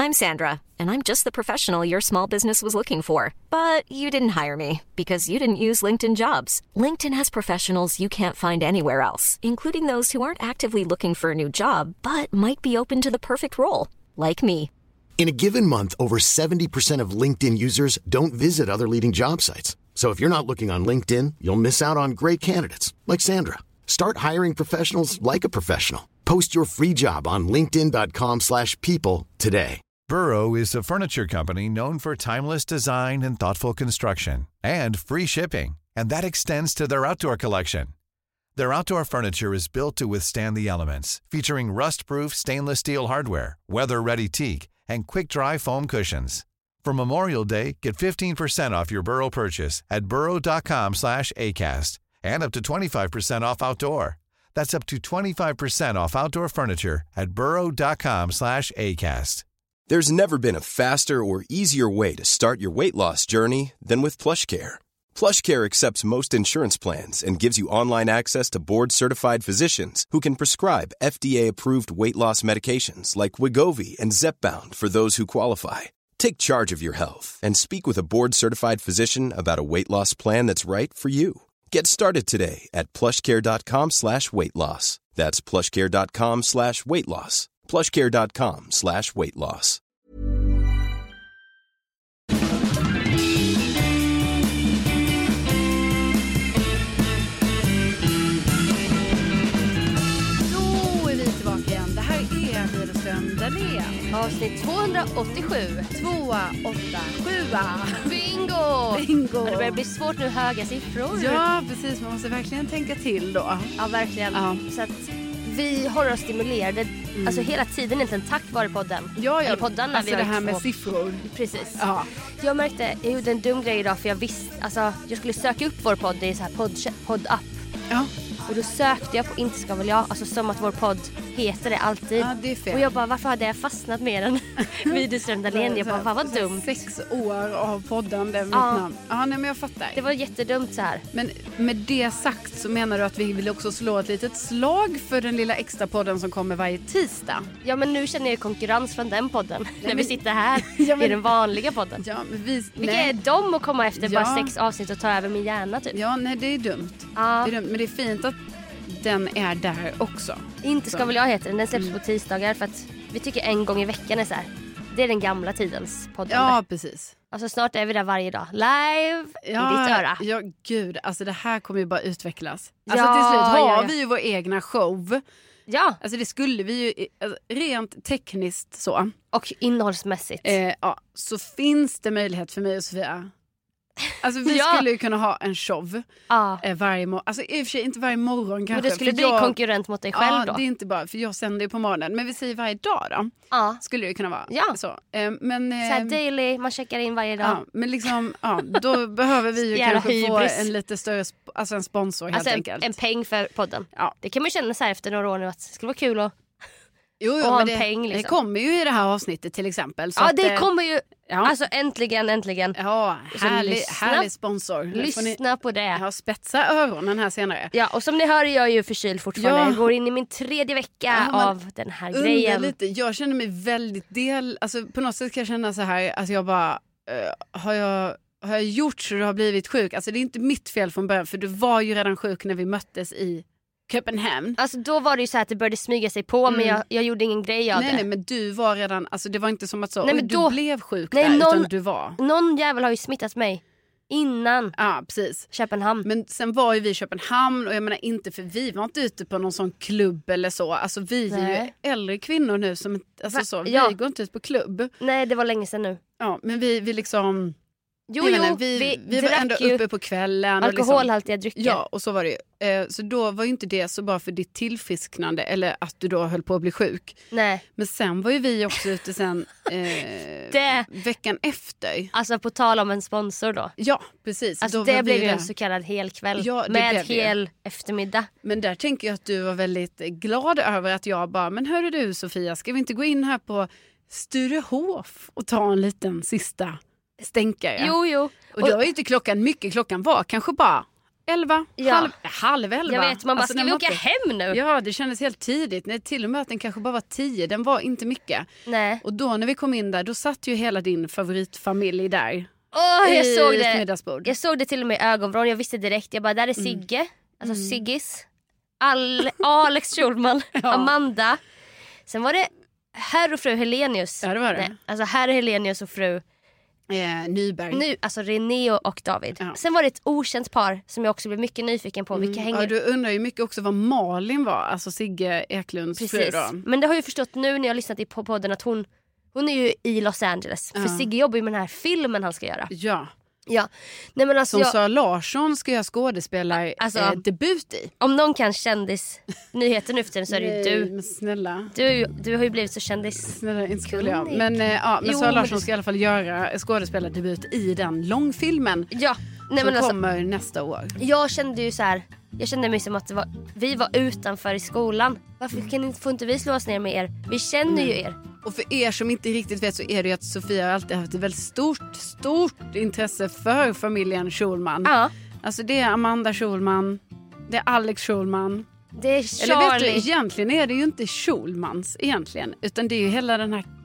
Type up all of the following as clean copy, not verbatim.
I'm Sandra, and I'm just the professional your small business was looking for. But you didn't hire me because you didn't use LinkedIn Jobs. LinkedIn has professionals you can't find anywhere else, including those who aren't actively looking for a new job, but might be open to the perfect role, like me. In a given month, over 70% of LinkedIn users don't visit other leading job sites. So if you're not looking on LinkedIn, you'll miss out on great candidates like Sandra. Start hiring professionals like a professional. Post your free job on linkedin.com/people today. Burrow is a furniture company known for timeless design and thoughtful construction and free shipping, and that extends to their outdoor collection. Their outdoor furniture is built to withstand the elements, featuring rust-proof stainless steel hardware, weather-ready teak, and quick-dry foam cushions. For Memorial Day, get 15% off your Burrow purchase at burrow.com/acast and up to 25% off outdoor. That's up to 25% off outdoor furniture at burrow.com/acast. There's never been a faster or easier way to start your weight loss journey than with PlushCare. PlushCare accepts most insurance plans and gives you online access to board-certified physicians who can prescribe FDA-approved weight loss medications like Wegovy and Zepbound for those who qualify. Take charge of your health and speak with a board-certified physician about a weight loss plan that's right for you. Get started today at plushcare.com/weightloss. That's plushcare.com/weightloss. plushcare.com/weightloss. Då är vi tillbaka igen. Det här är Widerström Dahlén. Avsnitt 287. 287. Bingo! Bingo! Ja, det börjar bli svårt nu, höga siffror. Ja, precis. Man måste verkligen tänka till då. Ja, verkligen. Ja. Så att vi håller oss stimulerade alltså hela tiden, inte tack vare podden. Ja. Eller poddarna. Alltså det här med siffror. Precis. Ja. Jag märkte, jag gjorde en dum grej idag för jag visste, alltså jag skulle söka upp vår podd i så här poddapp. Ja. Och då sökte jag på Inte ska väl jag, alltså som att vår podd heter det alltid. Ja, det är fel. Och jag bara, varför hade jag fastnat med den? Widerström Dahlén, jag bara, vad dumt. 6 år av podden, det är mitt namn. Ja, nej, men jag fattar. Det var jättedumt så här. Men med det sagt så menar du att vi vill också slå ett litet slag för den lilla extra podden som kommer varje tisdag. Ja, men nu känner jag konkurrens från den podden. När men- vi sitter här Ja, men- i den vanliga podden. Ja, men Vilka är de att komma efter Ja. bara 6 avsnitt och ta över min hjärna typ? Ja, nej, det är dumt. Ja. Det är dumt. Men det är fint att den är där också. Inte ska väl jag heter den. Den släpps på tisdagar för att vi tycker en gång i veckan är så här. Det är den gamla tidens poddande. Ja, precis. Alltså snart är vi där varje dag. Live i ditt öra. Ja, gud. Alltså det här kommer ju bara utvecklas. Alltså Ja, till slut har ja. vi ju vår egna show. Ja, Alltså det skulle vi ju, alltså, rent tekniskt så. och innehållsmässigt. Ja, så finns det möjlighet för mig och Sofia. Alltså vi Ja. skulle ju kunna ha en show Ja. varje morgon. Alltså i och för sig inte varje morgon kanske. Men det skulle för bli konkurrent mot dig själv ja, då. det är inte bara, för jag sänder ju på morgonen. Men vi säger varje dag då. Ja. Skulle det ju kunna vara Ja. så. Men, Så här daily, man checkar in varje dag. ja, men liksom, ja, då behöver vi ju Jävla kanske få hybris. en lite större, alltså en sponsor helt Alltså enkelt. en peng för podden. Ja. Det kan man ju känna så här efter några år nu att det skulle vara kul att... Jo, och ha men en peng, liksom. det kommer ju i det här avsnittet till exempel. Så Ja, att, det kommer ju... ja. Alltså äntligen. Ja, Så härlig lyssna. sponsor. Nu får ni Lyssna på det. spetsa öronen här senare. Ja, och som ni hör är jag ju förkyld fortfarande. Ja. Jag går in i min 3:e vecka Ja, men av den här Undrar grejen. lite, jag känner mig väldigt alltså på något sätt kan jag känna så här, alltså jag bara, har jag gjort så du har blivit sjuk? Alltså det är inte mitt fel från början, för du var ju redan sjuk när vi möttes i Köpenhamn. Alltså då var det ju så här att det började smyga sig på, men jag gjorde ingen grej av det. Nej, men du var redan, alltså det var inte som att så, Nej, men du då- blev sjuk Nej, där, någon- utan du var. Någon jävel har ju smittat mig innan Ja, precis. Köpenhamn. Men sen var ju vi i Köpenhamn och jag menar inte, för vi var inte ute på någon sån klubb eller så. Alltså vi är ju Nej. äldre kvinnor nu som, alltså Va? så, Ja. vi går inte ut på klubb. Nej, det var länge sedan nu. Ja, men vi liksom... Jo, jag vet inte, vi var drack ändå ju uppe på kvällen. Och alkoholhaltiga drycker. liksom, ja, och så var det ju. Så då var ju inte det så bara för ditt tillfrisknande eller att du då höll på att bli sjuk. Nej, Men sen var ju vi också ute sen Det- veckan efter. alltså på tal om en sponsor då. Ja, precis. Alltså då det var blev vi ju en där. så kallad helkväll Ja, det med blev det ju. hel eftermiddag. Men där tänker jag att du var väldigt glad över att jag bara, men hörru du Sofia, ska vi inte gå in här på Sturehof och ta en liten sista stänkare? Jo. Och då är ju inte klockan mycket, klockan var kanske bara 11, halv 11. Jag vet, man bara, ska vi åka hem nu? Ja, det kändes helt tidigt. Nej, till och med att den kanske bara var 10, den var inte mycket. Nej. Och då när vi kom in där, då satt ju hela din favoritfamilj där. Jag såg det. Middagsbord. Jag såg det till och med i ögonvrån, jag visste direkt. Jag bara, där är Sigge, alltså Siggis, Alex Schulman, Amanda. Sen var det herr och fru Helenius. Ja, det var det. Nej, alltså herr Helenius och fru Nyberg. alltså René och David. Ja. Sen var det ett okänt par som jag också blev mycket nyfiken på. Vilka hänger... Ja, du undrar ju mycket också vad Malin var. Alltså Sigge Eklunds fru då. Men det har jag ju förstått nu när jag har lyssnat på podden att hon är ju i Los Angeles. För Sigge jobbar ju med den här filmen han ska göra. Ja. Ja. Nej, men alltså som Sara Larsson ska göra skådespelare debut i. Om någon kan kändisnyheter nu för tiden så är det ju du. Men snälla. Du har ju blivit så kändis. Snälla, inte skulle jag. Men Sara Larsson ska i alla fall göra skådespelardebut i den långfilmen. Ja. Nej, som men alltså, kommer nästa år. Jag kände ju så här. Jag kände mig som att vi var utanför i skolan. Varför får inte vi slå oss ner med er? Vi känner ju er. Och för er som inte riktigt vet så är det ju att Sofia har alltid haft ett väldigt stort intresse för familjen Schulman. Ja. Alltså det är Amanda Schulman, det är Alex Schulman. Det är Charlie. Eller vet du, egentligen är det ju inte Schulmans egentligen. Utan det är ju hela den här...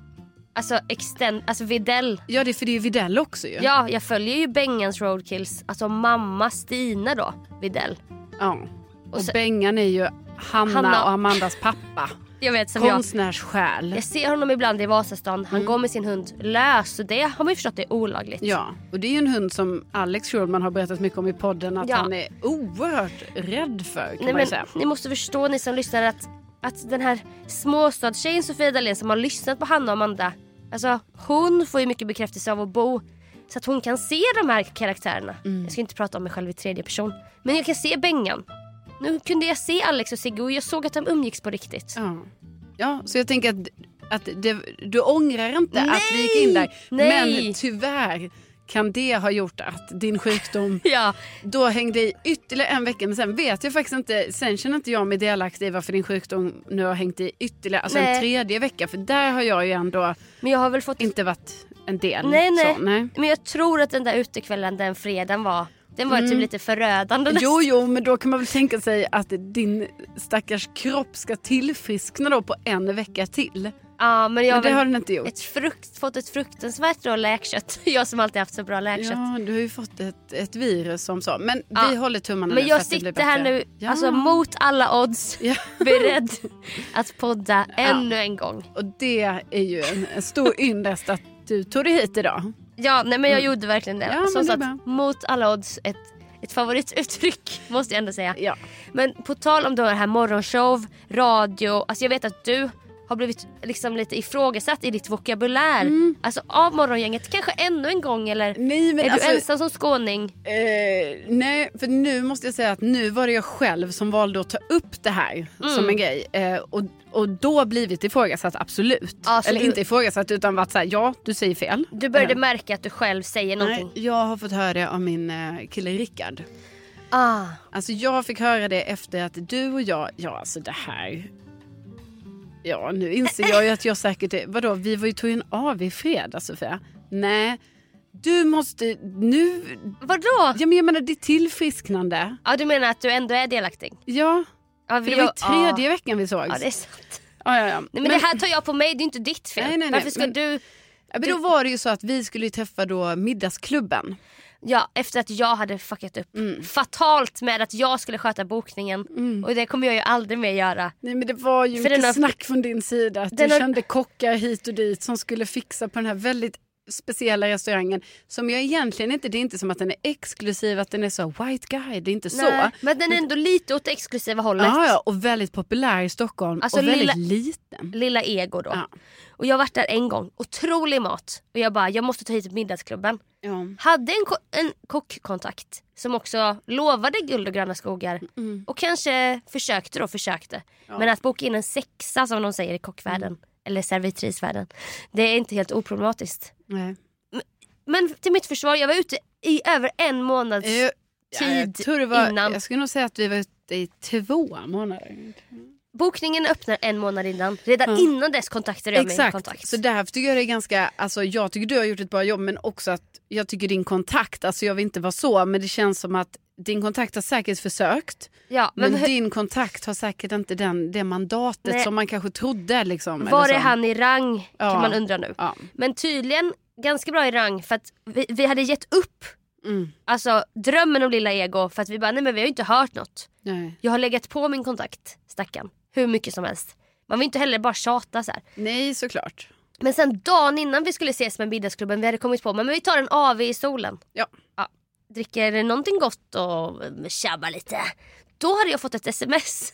Alltså Videll. Ja, det är för det är Videll också ju. Ja, jag följer ju Bengans Roadkills. Alltså mamma Stina då, Videll. Ja, och Bengan är ju Hanna och Amandas pappa. Jag vet, som konstnärssjäl. Jag ser honom ibland i Vasastan. Han går med sin hund lös. Och det har man ju förstått är olagligt. Ja, och det är ju en hund som Alex Schulman har berättat mycket om i podden. Att han är oerhört rädd för, kan man säga. Ni måste förstå, ni som lyssnar, att den här småstadstjejen Sofia Dalén som har lyssnat på Hanna och Amanda. Alltså hon får ju mycket bekräftelse av att bo. Så att hon kan se de här karaktärerna. Jag ska inte prata om mig själv i tredje person. Men jag kan se Bengan. Nu kunde jag se Alex och Sigge och jag såg att de umgicks på riktigt. Ja, så jag tänker att du ångrar inte att vi gick in där. Nej. Men tyvärr kan det ha gjort att din sjukdom då hängde i ytterligare en vecka. Men sen vet jag faktiskt inte, sen känner inte jag mig delaktig i varför din sjukdom nu har hängt i ytterligare, alltså en tredje vecka. För där har jag ju ändå inte varit en del. Nej. Men jag tror att den där utekvällen, den fredagen var typ lite förödande. Jo, men då kan man väl tänka sig att din stackars kropp ska tillfriskna då på en vecka till. Ja, men det har den inte gjort. Fått ett fruktansvärt bra läkkött. Jag som alltid haft så bra läkkött. Ja, du har ju fått ett virus som så. Men vi håller tummarna men nu. Jag sitter här nu, alltså mot alla odds, beredd att podda ännu en gång. Och det är ju en stor yndest att du tog dig hit idag. Ja, nej, men jag gjorde verkligen det. Ja, som sagt, mot alla odds ett favorituttryck måste jag ändå säga. Ja. Men på tal om då det här morgonshow, radio, alltså jag vet att du har blivit liksom lite ifrågasatt i ditt vokabulär. Alltså av morgongänget, kanske ännu en gång eller är du ensam som skåning? Nej, för nu måste jag säga att nu var det jag själv som valde att ta upp det här som en grej. Och då blivit ifrågasatt, absolut. Alltså, eller inte ifrågasatt utan varit såhär, ja, du säger fel. Du började märka att du själv säger någonting. Nej, jag har fått höra det av min kille Rickard. Alltså jag fick höra det efter att du och jag, alltså det här... Ja, nu inser jag ju att jag säkert är... Vadå, vi var ju tog en av i fredag, Sofia. Nej, du måste... Nu... Vadå? Ja, men jag menar, det är tillfrisknande. Ja, du menar att du ändå är delaktig? Ja, för det var ju tredje veckan vi sågs. Ja, det är sant. Ja. Nej, men det här tar jag på mig, det är inte ditt fel. Nej. Varför ska du... Ja, men då var det ju så att vi skulle träffa då middagsklubben. Ja, efter att jag hade fuckat upp fatalt med att jag skulle sköta bokningen. Och det kommer jag ju aldrig mer göra. Nej, men det var ju mycket snack från din sida. Att du kände kockar hit och dit som skulle fixa på den här väldigt speciella restaurangen. Som jag egentligen inte, det är inte som att den är exklusiv, att den är så white guy, det är inte så. Men den är ändå lite åt exklusiva hållet. Ja, och väldigt populär i Stockholm. Alltså och väldigt liten. Lilla Ego då. Ja. Och jag har varit där en gång. Otrolig mat. Och jag måste ta hit middagsklubben. Ja. Hade en kockkontakt som också lovade guld och gröna skogar. Och kanske försökte. Ja. Men att boka in en sexa som de säger i kockvärlden. Eller servitrisvärlden. Det är inte helt oproblematiskt. Nej. Men till mitt försvar, jag var ute i över en månads tid jag tror det var, innan. Jag skulle nog säga att vi var ute i 2 månader. Bokningen öppnar 1 månad innan. Redan innan dess kontakter jag med kontakt. Så därför tycker jag det är ganska... Alltså jag tycker du har gjort ett bra jobb, men också att jag tycker din kontakt, alltså jag vill inte vara så, men det känns som att din kontakt har säkert försökt. Ja, men din kontakt har säkert inte det mandatet som man kanske trodde. Liksom, var är han i rang kan man undra nu. Ja. Men tydligen ganska bra i rang för att vi hade gett upp. Alltså drömmen om lilla ego. För att vi bara, nej men vi har ju inte hört något. Nej. Jag har legat på min kontakt, stackarn. Hur mycket som helst. Man vill inte heller bara tjata så här. Nej, såklart. Men sen dagen innan vi skulle ses med middagsklubben, vi hade kommit på, men vi tar en AV i solen. Ja. Dricker någonting gott och tjabbar lite. Då hade jag fått ett sms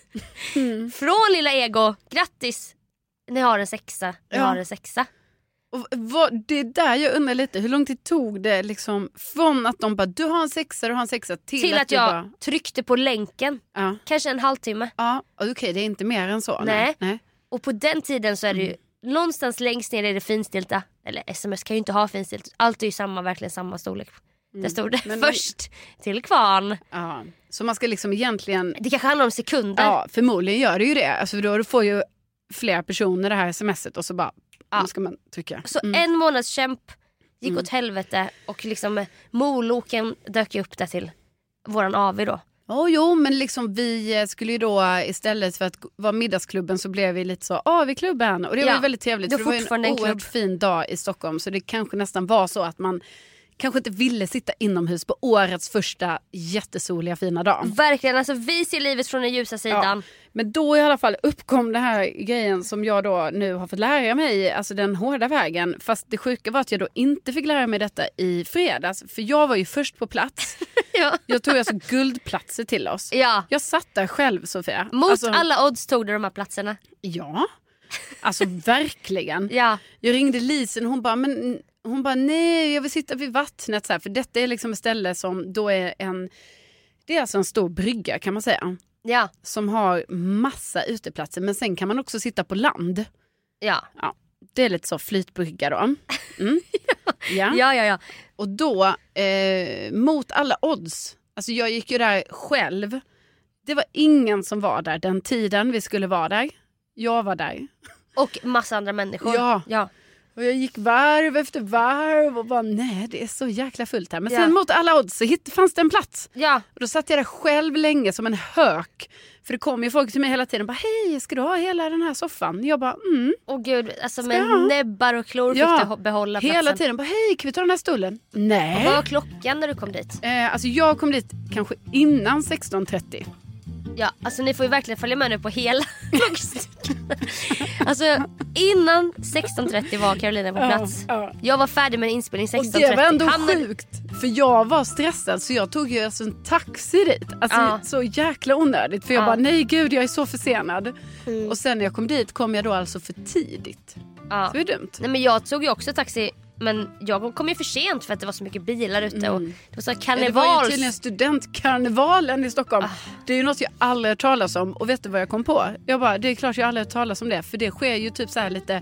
från lilla ego. Grattis, ni har en sexa. Ni har en sexa. Och det är där jag undrar lite, hur lång tid tog det liksom från att de bara, du har en sexa till att jag bara... tryckte på länken. Ja. Kanske en halvtimme. Ja, okej, det är inte mer än så. Nej. Och på den tiden så är det ju någonstans längst ner är det finstilta. Eller sms kan ju inte ha finstilt. Allt är ju verkligen samma storlek. Det stod det först till kvarn. Ja. Så man ska liksom egentligen... Det kanske handlar om sekunder. Ja, förmodligen gör det ju det. Alltså då får ju flera personer det här smset och så bara... Ja. Ska man trycka. Så en månads kämp gick åt helvete och liksom moloken dök upp där till våran AV då. Jo, men liksom vi skulle ju då istället för att vara middagsklubben så blev vi lite så AV-klubben. Och det var ju väldigt trevligt för det var ju en oerhört fin dag i Stockholm. Så det kanske nästan var så att man kanske inte ville sitta inomhus på årets första jättesoliga fina dag. Verkligen, alltså vi ser livet från den ljusa sidan. Ja, men då i alla fall uppkom det här grejen som jag då nu har fått lära mig, alltså den hårda vägen. Fast det sjuka var att jag då inte fick lära mig detta i fredags. För jag var ju först på plats. Ja. Jag tog alltså guldplatser till oss. Ja. Jag satt där själv, Sofia. Mot alla odds tog du de här platserna. Ja, alltså verkligen. Ja. Jag ringde Lisen och hon bara, nej, jag vill sitta vid vattnet så här, för detta är liksom ett ställe som då är det är alltså en stor brygga kan man säga. Ja. Som har massa uteplatser, men sen kan man också sitta på land. Ja. Det är lite så flytbrygga då. Ja. Och då mot alla odds, alltså jag gick ju där själv. Det var ingen som var där den tiden vi skulle vara där. Jag var där. Och massa andra människor. Ja. Och jag gick varv efter varv och bara, nej, det är så jäkla fullt här. Men sen mot alla odds så fanns det en plats. Ja. Och då satt jag där själv länge som en hök. För det kom ju folk till mig hela tiden och bara, hej, ska du ha hela den här soffan? Jag bara, Åh gud, alltså med näbbar och klor fick du behålla platsen. Hela tiden, bara, hej, kan vi ta den här stolen? Nej. Och vad var klockan när du kom dit? Alltså jag kom dit kanske innan 16:30. Ja, alltså ni får ju verkligen följa med nu på hela logistiken. Alltså innan 16:30 var Carolina på plats. Jag var färdig med en inspelning 16:30. Och det var ändå sjukt, för jag var stressad så jag tog ju alltså en taxi dit. Alltså så jäkla onödigt, för jag bara, nej gud, jag är så försenad. Och sen när jag kom dit kom jag då alltså för tidigt. Så det är dumt. Nej, men jag tog ju också taxi. Men jag kom ju för sent för att det var så mycket bilar ute och det var så karnevals. Det var ju tydligen studentkarnevalen i Stockholm. Det är ju något jag aldrig hört talas om. Och vet du vad jag kom på? Jag bara, det är klart jag aldrig hört talas om det. För det sker ju typ så här lite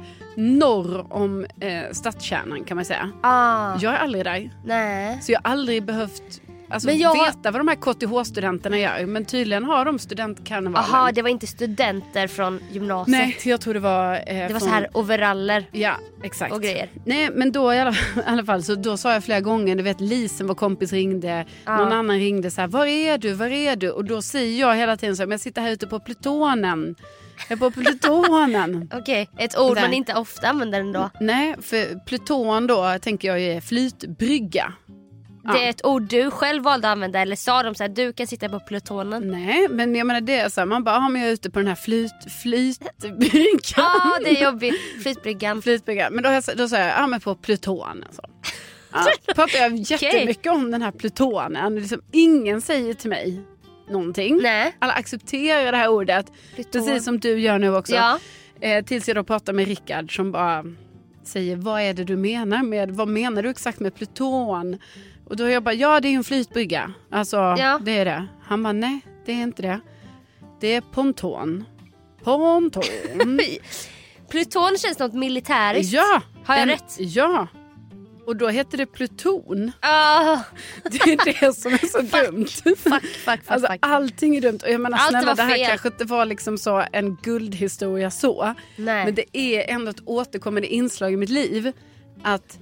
norr om stadskärnan kan man säga. Jag är aldrig där. Nej. Så jag har aldrig behövt veta vad de här KTH-studenterna gör. Men tydligen har de studentkarnevalen. Jaha, det var inte studenter från gymnasiet. Nej, jag tror det var det var så här overaller. Ja, exakt. Och grejer. Nej, men då i alla fall så då sa jag flera gånger, du vet, Lisen, vår kompis ringde. Någon annan ringde så här, var är du? Och då säger jag hela tiden så här, men jag sitter här ute på Plutonen. Jag är på Plutonen. Okej, ett ord man inte ofta använder ändå. Nej, för Pluton då tänker jag är flytbrygga. Det är ett ord du själv valde att använda, eller sa de så här, du kan sitta på Plutonen? Nej, men jag menar det är så här, man bara, men jag är ute på den här flytbryggan. Ja, det är jobbigt. Flytbryggan. Men då sa jag, men på Plutonen så. Pratar jag jättemycket om den här Plutonen. Liksom, ingen säger till mig någonting. Nej. Alla accepterar det här ordet. Pluton. Precis som du gör nu också. Ja. Tills jag då pratar med Rickard som bara säger, vad är det du menar med, vad menar du exakt med Pluton? Och då jag bara, det är ju en flytbrygga. Alltså, det är det. Han bara, nej, det är inte det. Det är ponton. Pluton känns något militäriskt. Ja. Har jag rätt? Ja. Och då heter det pluton. Det är det som är så dumt. Fuck. Alltså, allting är dumt. Och jag menar, snälla, det här kanske inte var liksom så en guldhistoria så. Nej. Men det är ändå ett återkommande inslag i mitt liv att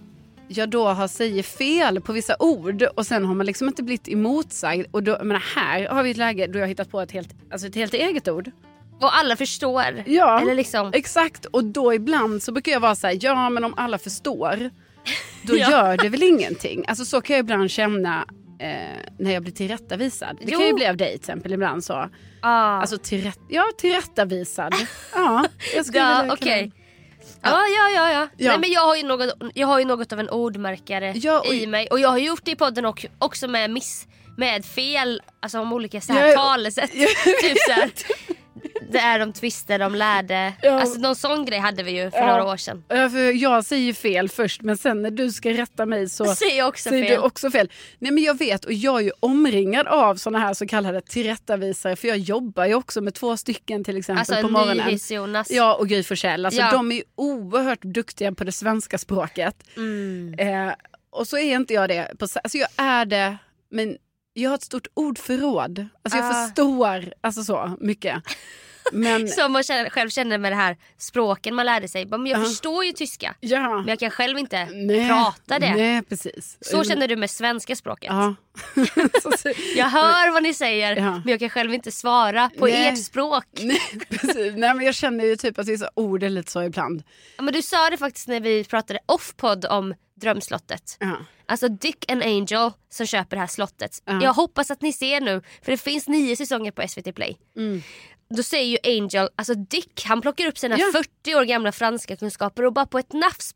jag då säger fel på vissa ord och sen har man liksom inte blivit emotsagd. Och då, men här har vi ett läge då jag har hittat på ett helt eget ord. Och alla förstår. Ja, eller liksom. Exakt. Och då ibland så brukar jag vara så här, ja men om alla förstår, då gör det väl ingenting. Alltså så kan jag ibland känna när jag blir tillrättavisad. Det kan ju bli av dig till exempel ibland så. Alltså tillrättavisad. Ja, jag skulle okej. Ja. Nej, men jag har ju något av en ordmärkare i mig. Och jag har gjort det i podden också med fel, alltså om olika så här talesätt. Typ så här. Det är de twister, de lärde. Alltså någon sån grej hade vi ju för några år sedan. Ja, för jag säger fel först, men sen när du ska rätta mig så säger jag också säger fel. Du också fel. Nej men jag vet, och jag är ju omringad av såna här så kallade tillrättavisare. För jag jobbar ju också med 2 stycken till exempel alltså, på morgonen. Jonas. Ja, och Gry Forssell. Alltså de är ju oerhört duktiga på det svenska språket. Och så är inte jag det. Alltså jag är det, men jag har ett stort ordförråd. Alltså jag förstår alltså så mycket. Men som man själv känner med det här språken man lärde sig. Men jag förstår ju tyska. Ja. Men jag kan själv inte prata det. Nej, precis. Så känner du med svenska språket. Ja. Jag hör vad ni säger, men jag kan själv inte svara på ert språk. Nej, precis. Nej, men jag känner ju typ att vissa ord är lite så ibland. Ja, men du sa det faktiskt när vi pratade off-podd om Drömslottet. Alltså Dick and Angel som köper det här slottet. Jag hoppas att ni ser nu, för det finns 9 säsonger på SVT Play. Då säger ju Angel, alltså Dick, han plockar upp sina 40 år gamla franska kunskaper och bara på ett nafs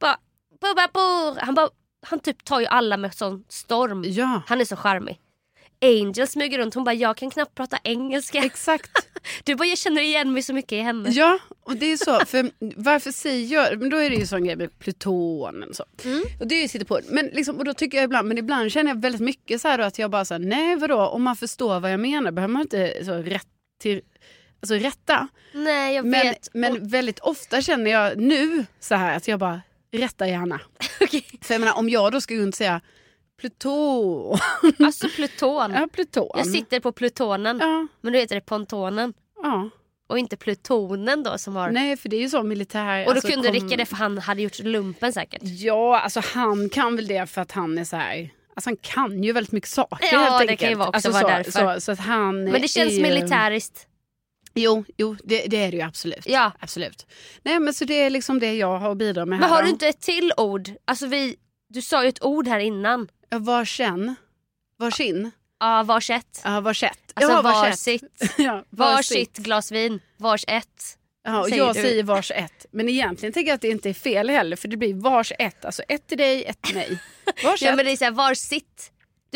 han typ tar ju alla med sån storm. Han är så charmig. Angel smyger runt, hon bara, jag kan knappt prata engelska. Exakt. Du bara, jag känner igen mig så mycket i henne. Ja, och det är så, för varför säger jag, men då är det ju sån grej med Pluton och så. Och det är ju sitter på, men liksom, och då tycker jag ibland känner jag väldigt mycket så här då, att jag bara så här, nej vadå, om man förstår vad jag menar behöver man inte så rätta. Nej, jag vet. Men väldigt ofta känner jag nu så här att jag bara rättar gärna. Okay. För jag menar, om jag då ska gå runt och säga Pluton. Alltså Pluton. Ja, Pluton. Jag sitter på Plutonen. Men då heter det pontonen. Ja. Och inte Plutonen då som har... Nej, för det är ju så militär... Och då kunde Rickard det för han hade gjort lumpen säkert. Ja, alltså han kan väl det för att han är så här... Alltså han kan ju väldigt mycket saker helt enkelt. Det kan ju också alltså, vara därför. Så att han men det känns militäriskt. Jo, det är det ju absolut. Ja. Absolut. Nej, men så det är liksom det jag har att bidra med här. Men har du inte ett till ord? Alltså du sa ju ett ord här innan. Ja, varsin. Ja, varsitt. Ja, varsitt. Alltså varsitt. Ja, varsitt glas vin. Vars ett. Ja, och jag säger vars ett. Men egentligen tänker jag att det inte är fel heller. För det blir vars ett. Alltså ett till dig, ett till mig. Vars ja, men det är såhär, varsitt.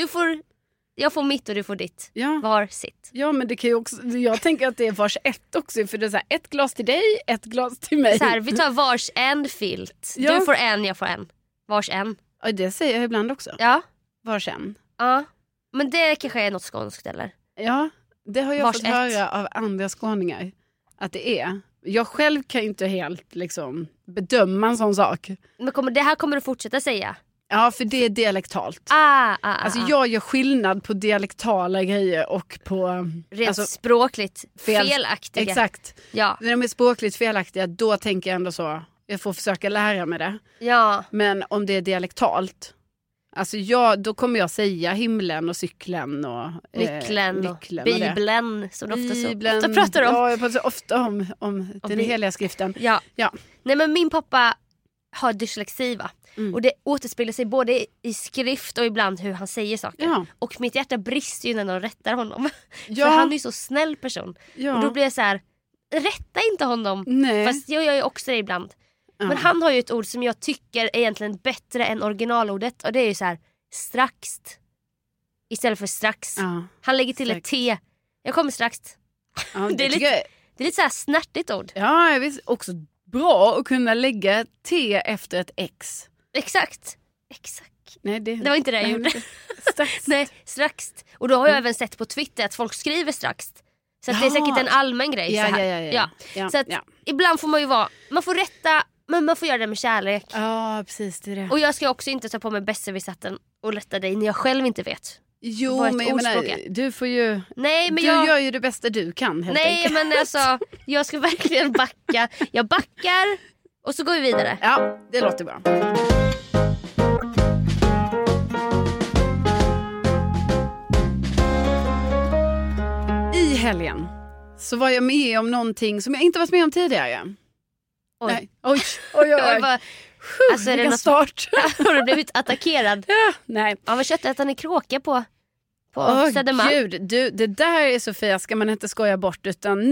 Jag får mitt och du får ditt. Ja. Varsitt. Ja, men det kan ju också... Jag tänker att det är vars ett också. För det är så här, ett glas till dig, ett glas till mig. Så här, vi tar vars en filt. Ja. Du får en, jag får en. Vars en. Ja, det säger jag ibland också. Ja. Vars en. Ja. Men det kanske är något skånskt eller? Ja, det har jag fått höra av andra skåningar. Att det är. Jag själv kan inte helt liksom bedöma en sån sak. Men det här kommer du fortsätta säga? Ja, för det är dialektalt. Alltså jag gör skillnad på dialektala grejer och på... Rent språkligt felaktiga. Exakt. Ja. När de är språkligt felaktiga, då tänker jag ändå så. Jag får försöka lära mig det. Ja. Men om det är dialektalt... Alltså då kommer jag säga himlen och cykeln och... nyckeln och Bibeln, som du ofta pratar om. Ja, jag pratar ofta om den heliga skriften. Ja. Nej, men min pappa har dyslexi, va? Och det återspeglar sig både i skrift och ibland hur han säger saker. Ja. Och mitt hjärta brister ju när någon rättar honom. För han är ju så snäll person. Ja. Och då blir jag så här, rätta inte honom. Nej. Fast jag gör ju också det ibland. Men han har ju ett ord som jag tycker är egentligen bättre än originalordet. Och det är ju så här, straxt istället för strax. Han lägger till ett T. Jag kommer strax. Det är lite så här snärtigt ord. Ja, jag vet. Också bra att kunna lägga T efter ett X. Exakt. Nej, det var inte det jag gjorde. Strax. Nej, strax. Och då har jag även sett på Twitter att folk skriver strax. Så att det är säkert en allmän grej. Ja. Så att ibland får man ju man får rätta, men man får göra det med kärlek. Ja, precis, det är det. Och jag ska också inte ta på mig besserwisserhatten och rätta dig när jag själv inte vet. Jo, men jag menar, du får ju... Nej, men du gör ju det bästa du kan, helt enkelt. Men alltså, jag ska verkligen backa. Jag backar och så går vi vidare. Ja, det låter bra. helgen så var jag med om någonting som jag inte varit med om tidigare. Oj. Nej. Oj. Alltså, är det något start? Har du blivit attackerad? Ja, nej. Ja, vad köttätaren är kråka på Södermalm. Gud, det där är Sofia, ska man inte skoja bort, utan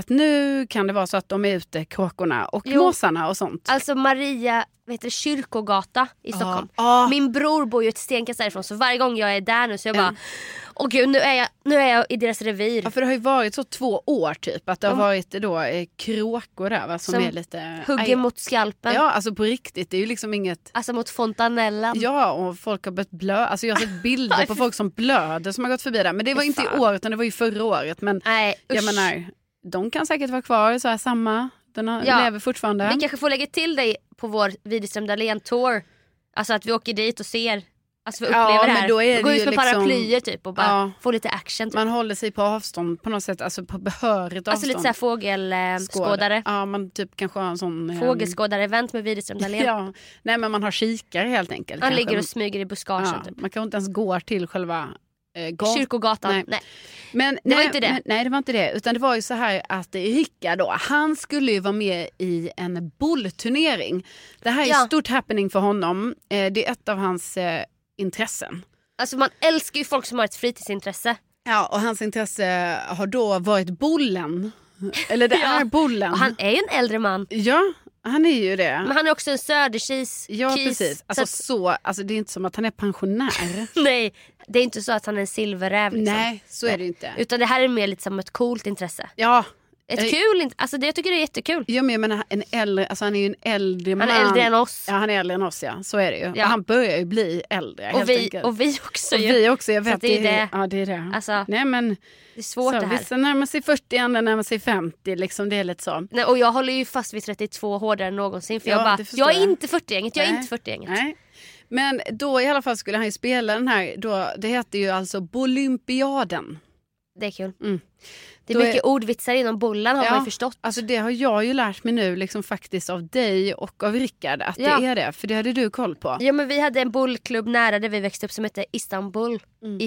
nu kan det vara så att de är ute, kråkorna och måsarna och sånt. Alltså Maria, Kyrkogata i Stockholm. Min bror bor ju ett stenkast därifrån, så varje gång jag är där nu så jag bara åh gud, nu är jag i deras revir. Ja, för det har ju varit så 2 år typ att det har varit då kråkor där, va, som är lite hugger mot skalpen. Ja, alltså på riktigt, det är ju liksom inget. Alltså mot fontanellen. Ja, och folk har börjat blöda. Alltså jag har sett bilder på folk som blöder som har gått förbi där, men det var inte i år utan det var ju förra året. Men jag menar, de kan säkert vara kvar så här samma. Den lever fortfarande. Vi kanske får lägga till dig på vår Widerström Dahlén tour. Alltså att vi åker dit och ser. Alltså vi upplever det här. Då är det går ju ut med liksom paraplyer typ och bara få lite action. Typ. Man håller sig på avstånd på något sätt. Alltså på behörigt avstånd. Alltså lite såhär fågelskådare. Ja, man typ kanske har en sån fågelskådare-event med Widerström Dahlén. Ja, nej men man har kikare helt enkelt. Han ligger och smyger i buskagen typ. Man kanske inte ens går till själva Kyrkogatan. Nej. Men det var inte det. Nej, det var inte det. Utan det var ju så här att Rickard då, han skulle ju vara med i en bollturnering. Det här är stort happening för honom. Det är ett av hans intressen. Alltså man älskar ju folk som har ett fritidsintresse. Ja, och hans intresse har då varit bollen. Eller det är bollen. Och han är ju en äldre man. Ja, han är ju det. Men han är också en söderkis. Ja, precis. Alltså det är inte som att han är pensionär. Nej, det är inte så att han är en silverräv. Liksom. Nej, så är det inte. Utan det här är mer lite som ett coolt intresse. Ja. Ett kul, alltså jag tycker det är jättekul. Ja, men jag menar, han är ju en äldre man. Han är äldre än oss. Ja, han är äldre än oss, ja. Så är det ju. Ja. Och han börjar ju bli äldre, och vi också. Och vi också, jag vet. Det är det. Ja, det är det. Alltså, nej, men det är svårt så, det här. Vissa närmar sig 40, andra närmar sig 50, liksom, det är lite så. Nej, och jag håller ju fast vid 32 hårdare än någonsin. För jag är inte 40-gänget, jag är inte 40-gänget. Nej. Men då i alla fall skulle han ju spela den här, då, det heter ju alltså Bolympiaden. Det är kul. Det är mycket ordvitsar inom bollen har man ju förstått. Alltså det har jag ju lärt mig nu liksom faktiskt av dig och av Rickard att det är det. För det hade du koll på. Ja, men vi hade en bollklubb nära där vi växte upp som hette Istanbul.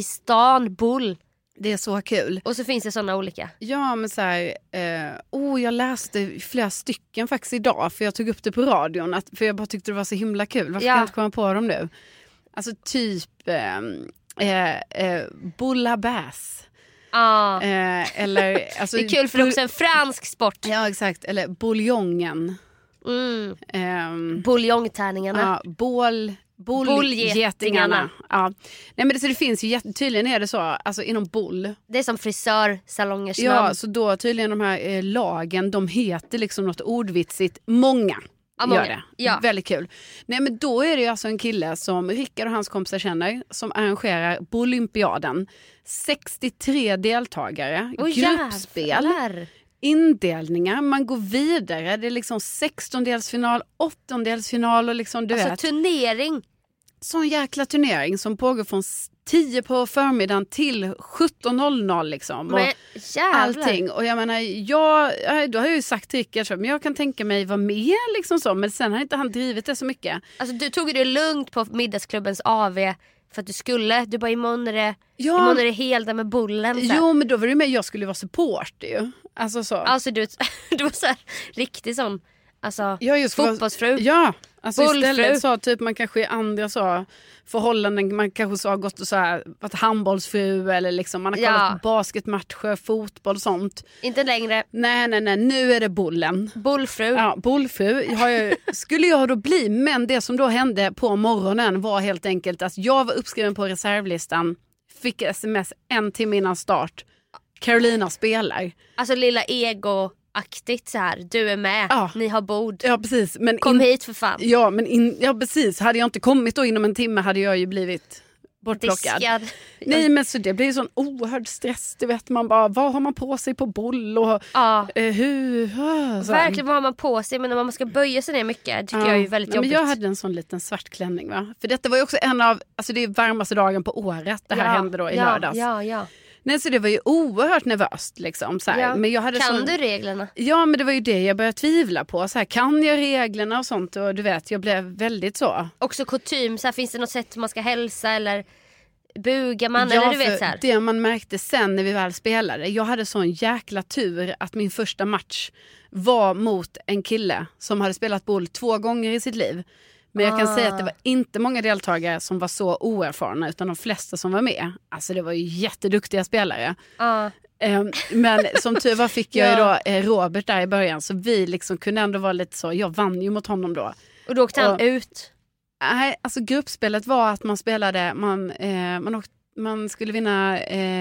Istanbul. Det är så kul. Och så finns det sådana olika. Ja, men så här, jag läste flera stycken faktiskt idag. För jag tog upp det på radion. För jag bara tyckte det var så himla kul. Varför kan jag inte komma på dem nu? Alltså typ Bullabäs. Eller, alltså, det är kul för det är också en fransk sport. Ja, exakt. Eller buljongen. Buljongtärningarna. Bullgetingarna. Ja. Nej, men det finns ju tydligen är det så, alltså inom bull. Det är som frisörsalongers namn. namn. Så då tydligen de här lagen, de heter liksom något ordvitsigt. Många gör det. Ja. Väldigt kul. Nej, men då är det ju alltså en kille som Rickard och hans kompisar känner som arrangerar Bolympiaden. 63 deltagare, gruppspel. Jävlar. Indelningar, man går vidare. Det är liksom 16-delsfinal, 8-delsfinal och liksom du vet. Turnering. Sån jäkla turnering som pågår från 10 på förmiddagen till 17.00 liksom. Men allting. Och jag menar, då har jag ju sagt till Rickard, men jag kan tänka mig vara med liksom så. Men sen har inte han drivit det så mycket. Alltså du tog det lugnt på middagsklubbens AV för att du bara imorgon är det hel där med bullen. Så. Jo, men då var det med, jag skulle vara support ju. Alltså så. Alltså du var så här, riktigt sån, alltså fotbollsfru. Ja, alltså istället så typ man kanske i andra så förhållanden, man kanske så har gått och så här varit handbollsfru eller liksom man har kollat på basketmatcher, fotboll och sånt. Inte längre. Nej, nu är det bullen. Bullfru. Ja, bullfru skulle jag då bli, men det som då hände på morgonen var helt enkelt att jag var uppskriven på reservlistan, fick sms 1 timme innan start. Carolina spelar. Alltså lilla ego-aktigt så här. Du är med, ni har bord. Ja, precis. Men kom hit för fan. Ja, men precis. Hade jag inte kommit då inom en timme hade jag ju blivit bortplockad. Diskad. Nej, men så det blir ju sån oerhörd stress. Du vet, man bara, vad har man på sig på boll och hur? Verkligen, vad har man på sig? Men när man ska böja sig ner mycket tycker jag är ju väldigt jobbigt. Men jag hade en sån liten svart klänning, va? För detta var ju också alltså det är varmaste dagen på året. Det här hände då i lördags. Ja. Nej, så det var ju oerhört nervöst liksom, så här. Ja. Men jag hade du reglerna? Ja, men det var ju det jag började tvivla på. Så här, kan jag reglerna och sånt? Och du vet, jag blev väldigt så. Också kutym, så här, finns det något sätt man ska hälsa eller bugar man Ja, eller du vet för så här. det man märkte sen när vi väl spelade. Jag hade sån jäkla tur att min första match var mot en kille som hade spelat boll 2 gånger i sitt liv. Men jag kan säga att det var inte många deltagare som var så oerfarna, utan de flesta som var med. Alltså det var ju jätteduktiga spelare. Men som tur var fick jag ju då Robert där i början, så vi liksom kunde ändå vara lite så, jag vann ju mot honom då. Och då åkte han ut? Nej, alltså gruppspelet var att man spelade, man skulle vinna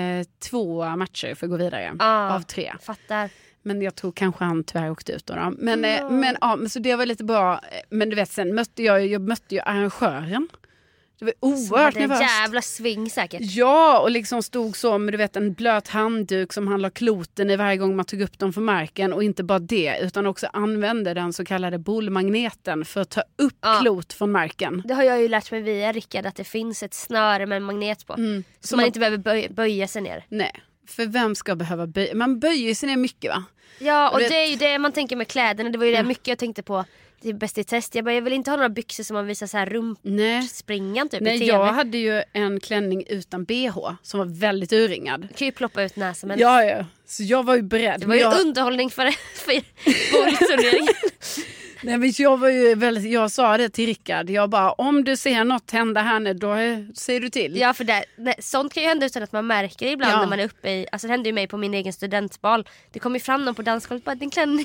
2 matcher för att gå vidare av 3. Fattar. Men jag tror kanske han tyvärr åkte ut då. Men så det var lite bra. Men du vet, sen mötte jag mötte ju arrangören. Det var oerhört nervöst. En jävla sving säkert. Ja, och liksom stod som du vet en blöt handduk som han la kloten i varje gång man tog upp dem från marken. Och inte bara det, utan också använde den så kallade bollmagneten för att ta upp klot från marken. Det har jag ju lärt mig via Rickard, att det finns ett snöre med en magnet på. Så man inte behöver böja sig ner. Nej, för vem ska behöva böja? Man böjer sig ner mycket, va? Ja, och det är ju det man tänker med kläderna. Det var ju det mycket jag tänkte på. Det är bäst i test. Jag vill inte ha några byxor som man visar så här rumpspringan typ i TV. Jag hade ju en klänning utan BH som var väldigt urringad. Du kan ju ploppa ut näsan. Men... Ja. Så jag var ju beredd. Det var ju underhållning för bollturneringen. Nej, men jag sa det till Rickard. Jag bara, om du ser något hända här nu, då ser du till. Ja, för sånt kan ju hända utan att man märker det ibland när man är uppe i... Alltså det hände ju mig på min egen studentbal. Det kom ju fram någon på dansgolvet, bara, din klänning.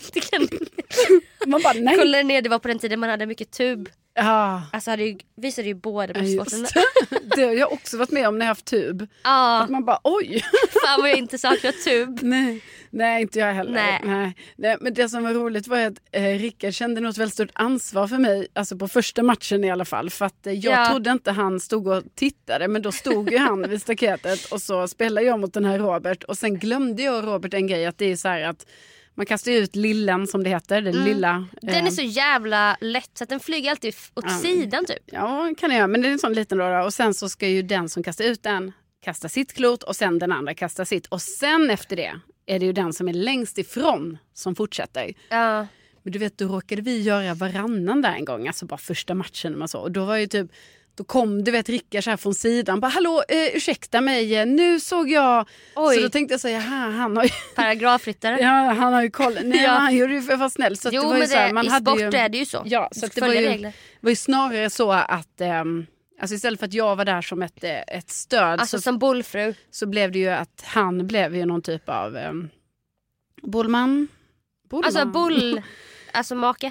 Man bara, nej. Kollade ner, det var på den tiden man hade mycket tub. Ja. Alltså visade ju båda bröstvortorna. Det har jag också varit med om när jag haft tub. Att man bara, oj. Fan vad jag inte saknar tub. Nej, inte jag heller. Nej, men det som var roligt var att Rickard kände något väldigt stort ansvar för mig. Alltså på första matchen i alla fall. För att jag trodde inte han stod och tittade. Men då stod ju han vid staketet. Och så spelade jag mot den här Robert. Och sen glömde jag och Robert en grej. Att det är så här att man kastar ut lillen som det heter. Den lilla. Den är så jävla lätt så att den flyger alltid åt sidan typ. Ja, kan jag. Men det är en sån liten då. Och sen så ska ju den som kastar ut den kasta sitt klot. Och sen den andra kasta sitt. Och sen efter det är det ju den som är längst ifrån som fortsätter. Ja. Men du vet, då råkade vi göra varannan där en gång. Alltså bara första matchen och så. Och då var ju typ... Då kom du vet Rickard så här från sidan. Bara, hallå, ursäkta mig. Nu såg jag... Oj. Så då tänkte jag säga, han har ju... Paragrafryttare. Ja, han har ju koll. Nej, han gjorde ju för att vara snäll. Så jo, det var ju men så här, man i hade sport ju... är det ju så. Ja, så det var ju snarare så att... Alltså istället för att jag var där som ett stöd. Alltså så, som bollfru. Så blev det ju att han blev ju någon typ av... bollman. Alltså make.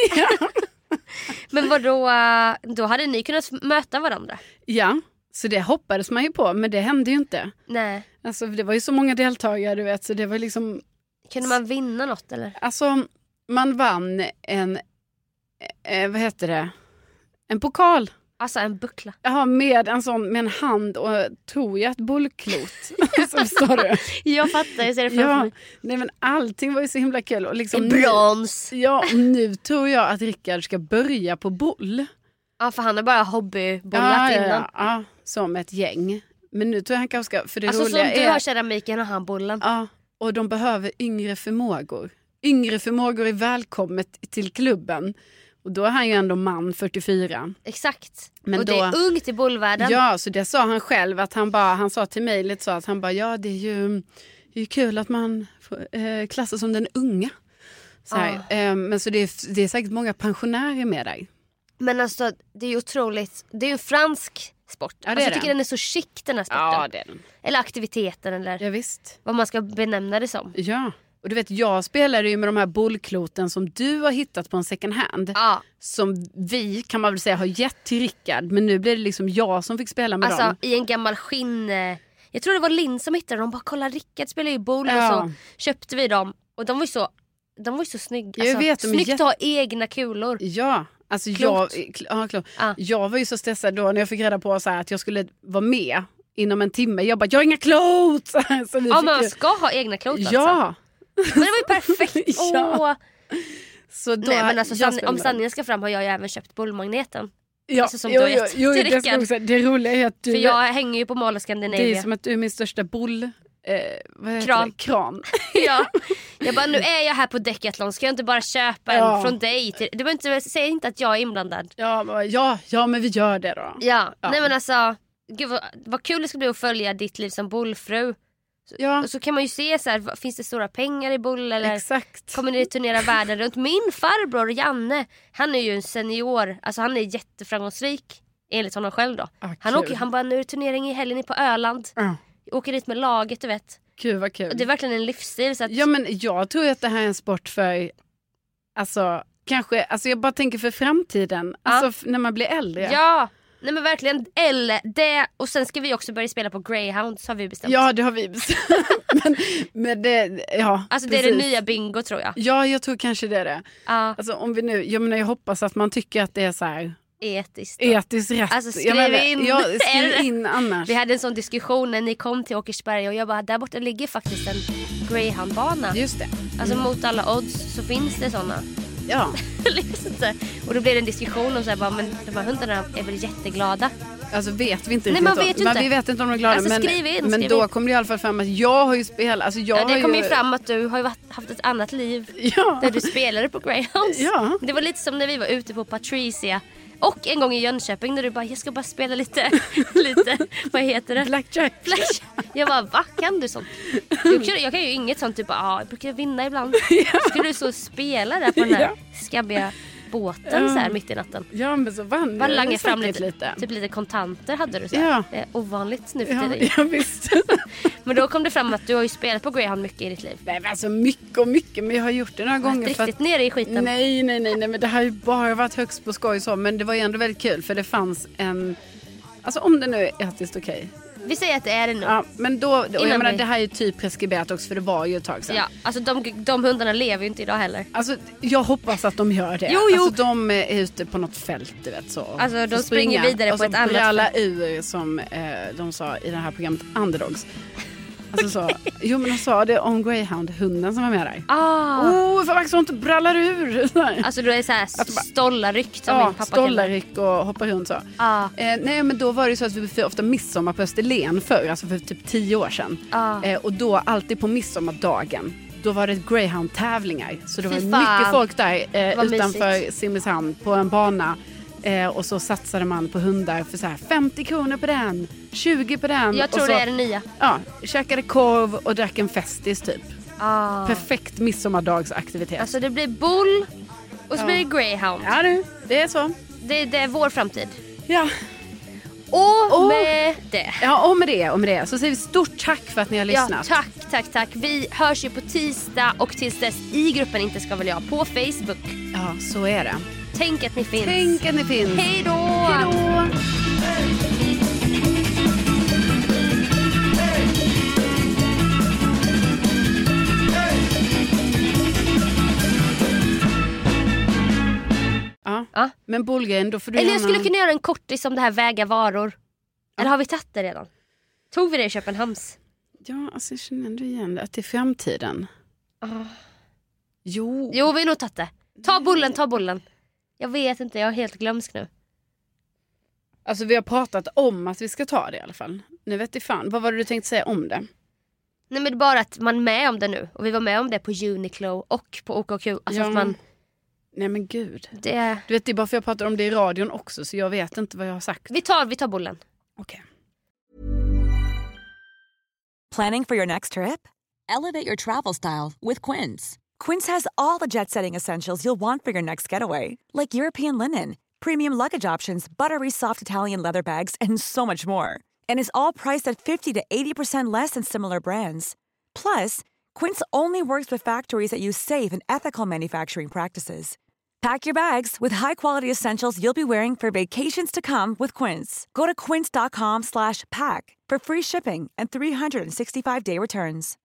Men då hade ni kunnat möta varandra. Ja, så det hoppades man ju på, men det hände ju inte. Nej. Alltså det var ju så många deltagare, du vet, så det var liksom... Kunde man vinna något eller? Alltså man vann en vad heter det? En pokal. Alltså en buckla. Ja, med en hand och tror jag ett bollklot. Alltså, förstår du? Jag fattar, jag ser det framför mig. Nej, men allting var ju så himla kul. Och liksom brons. Nu tror jag att Rickard ska börja på boll. Ja, för han är bara hobbybollat innan. Ja, som ett gäng. Men nu tror jag han kanske ska... För det alltså roliga som du har keramiken och han bollen. Ja, och de behöver yngre förmågor. Yngre förmågor är välkommet till klubben. Och då är han ju ändå man 44. Exakt. Men och då, det är ungt i bollvärlden. Ja, så det sa han själv. Att han sa till mig lite så att han bara, ja det är ju kul att man klassas som den unga. Så här, men så det är säkert många pensionärer med dig. Men alltså det är ju otroligt. Det är ju en fransk sport. Ja, alltså, jag tycker den är så chic den här sporten. Ja, det är den. Eller aktiviteten eller ja, visst. Vad man ska benämna det som. Ja. Och du vet, jag spelade ju med de här bollkloten som du har hittat på en second hand. Ja. Som vi, kan man väl säga, har gett till Rickard. Men nu blir det liksom jag som fick spela med dem. Alltså i en gammal skinn... Jag tror det var Linn som hittade dem. Bara kolla, Rickard spelar ju boll. Och så köpte vi dem. Och de var ju så snygga. Jag alltså, vet, snyggt att ha egna kulor. Ja, alltså jag var ju så stressad då när jag fick reda på så här, att jag skulle vara med inom en timme. Jag bara, jag har inga klot! Så man ska ha egna klot alltså. Ja. Men det var ju perfekt. Ja. Så då, nej, men alltså, om sanningen ska fram har jag ju även köpt bollmagneten. Ja, alltså, som du har gett till Rickard. Det roliga är att du... För jag hänger ju på Mall of Scandinavia. Det är som att du är min största kran. Ja. Jag bara, nu är jag här på Decathlon. Ska jag inte bara köpa en från dig? Du behöver inte säga inte att jag är inblandad. Ja, men vi gör det då. Ja. Nej men alltså... Gud vad kul det ska bli att följa ditt liv som bullfru. Ja. Och så kan man ju se så här, finns det stora pengar i bull eller Exakt. kommer ni turnera världen runt? Min farbror Janne, han är ju en senior, alltså han är jätteframgångsrik enligt honom själv då. Han bara, nu är det turnering i helgen på Öland. Åker dit med laget, du vet. Gud vad kul. Och det är verkligen en livsstil så att... Ja, men jag tror att det här är en sport för, alltså kanske, alltså jag bara tänker för framtiden, alltså när man blir äldre. Ja. Nej men verkligen, eller det. Och sen ska vi också börja spela på Greyhound, så har vi bestämt. Ja, det har vi bestämt. men det, ja. Alltså precis. Det är det nya bingo, tror jag. Ja, jag tror kanske det är det. Alltså om vi nu, jag hoppas att man tycker att det är så här etiskt rätt. Alltså skriv in annars. Vi hade en sån diskussion när ni kom till Åkersberga och jag bara, där borta ligger faktiskt en Greyhound-bana. Just det. Alltså mot alla odds så finns det såna. Ja. Och då blev det en diskussion om så här, bara, men de här hundarna är väl jätteglada. Alltså vet vi inte. Nej, man vet ju inte. Vi vet inte om de är glada. Alltså, men då kom det i alla fall fram att jag har ju spelat. Alltså, det kom ju fram att du har ju haft ett annat liv. Ja. Där du spelade på Greyhounds. Ja. Det var lite som när vi var ute på Patricia. Och en gång i Jönköping när du bara, jag ska bara spela lite vad heter det? Blackjack. Jag bara, vad kan du sånt? Jag kan ju inget sånt, typ jag brukar vinna ibland. Skulle du så spela där på den här skabbiga båten så här mitt i natten? Ja, men så vann jag. Langa fram lite kontanter hade du så här. Ja. Det är ovanligt nu för dig. Ja, visst. Men då kom det fram att du har ju spelat på Greyhound mycket i ditt liv. Nej, men alltså mycket, men jag har gjort det några gånger. Riktigt nere i skiten. Nej, men det har ju bara varit högst på skoj så, men det var ju ändå väldigt kul för det fanns en, alltså om det nu är etiskt okej. Vi säger att det är det nu. Ja, men då, och jag menar, det här är ju typ preskriberat också för det var ju ett tag sedan. Ja, alltså de hundarna lever ju inte idag heller. Alltså jag hoppas att de gör det. Jo. Alltså de är ute på något fält, du vet så. Alltså de springer vidare på ett annat fält. Alla ur som de sa i det här programmet Underdogs. Alltså så, jo men de sa det om Greyhound-hunden som var med där. För faktiskt sånt brallar ur. Alltså du är så här stollaryck som min pappa stollaryck och hoppar runt så. Nej men då var det ju så att vi firade ofta midsommar på Österlen förr, alltså för typ 10 år sedan. Och då alltid på midsommardagen. Då var det Greyhound-tävlingar. Så det var mycket folk där utanför Simrishamn på en bana. Och så satsade man på hundar för så här 50 kronor på den, 20 på den. Jag tror och så, det är det nya. Ja, käkade korv och drack en festis typ. Perfekt midsommardagsaktivitet. Alltså det blir bull och så blir det Greyhound. Ja du, det är så. Det är vår framtid. Ja. Och med det. Ja, och med det. Så säger vi stort tack för att ni har lyssnat. Ja, tack. Vi hörs ju på tisdag och tills dess i gruppen Inte ska väl jag på Facebook. Ja, så är det. Tänk att ni finns. Hej då. Ja. Men bullgren, då får du eller jag skulle kunna göra en kortis om det här väga varor. Eller har vi tagit det redan? Tog vi det i Köpenhamns? Ja, alltså jag känner ändå igen det. Att det är framtiden. Jo, vi har nog tagit det. Ta bullen. Jag vet inte, jag är helt glömsk nu. Alltså vi har pratat om att vi ska ta det i alla fall. Nu vet jag fan, vad var det du tänkte säga om det? Nej men bara att man är med om det nu. Och vi var med om det på Uniqlo och på OKQ. Alltså att man... Nej men gud. Du vet, det är bara för jag pratar om det i radion också. Så jag vet inte vad jag har sagt. Vi tar bullen. Okej. Planning for your next trip? Elevate your travel style with Quince. Quince has all the jet-setting essentials you'll want for your next getaway. Like European linen, premium luggage options, buttery soft Italian leather bags, and so much more. And is all priced at 50 to 80% less than similar brands. Plus, Quince only works with factories that use safe and ethical manufacturing practices. Pack your bags with high-quality essentials you'll be wearing for vacations to come with Quince. Go to quince.com/pack for free shipping and 365-day returns.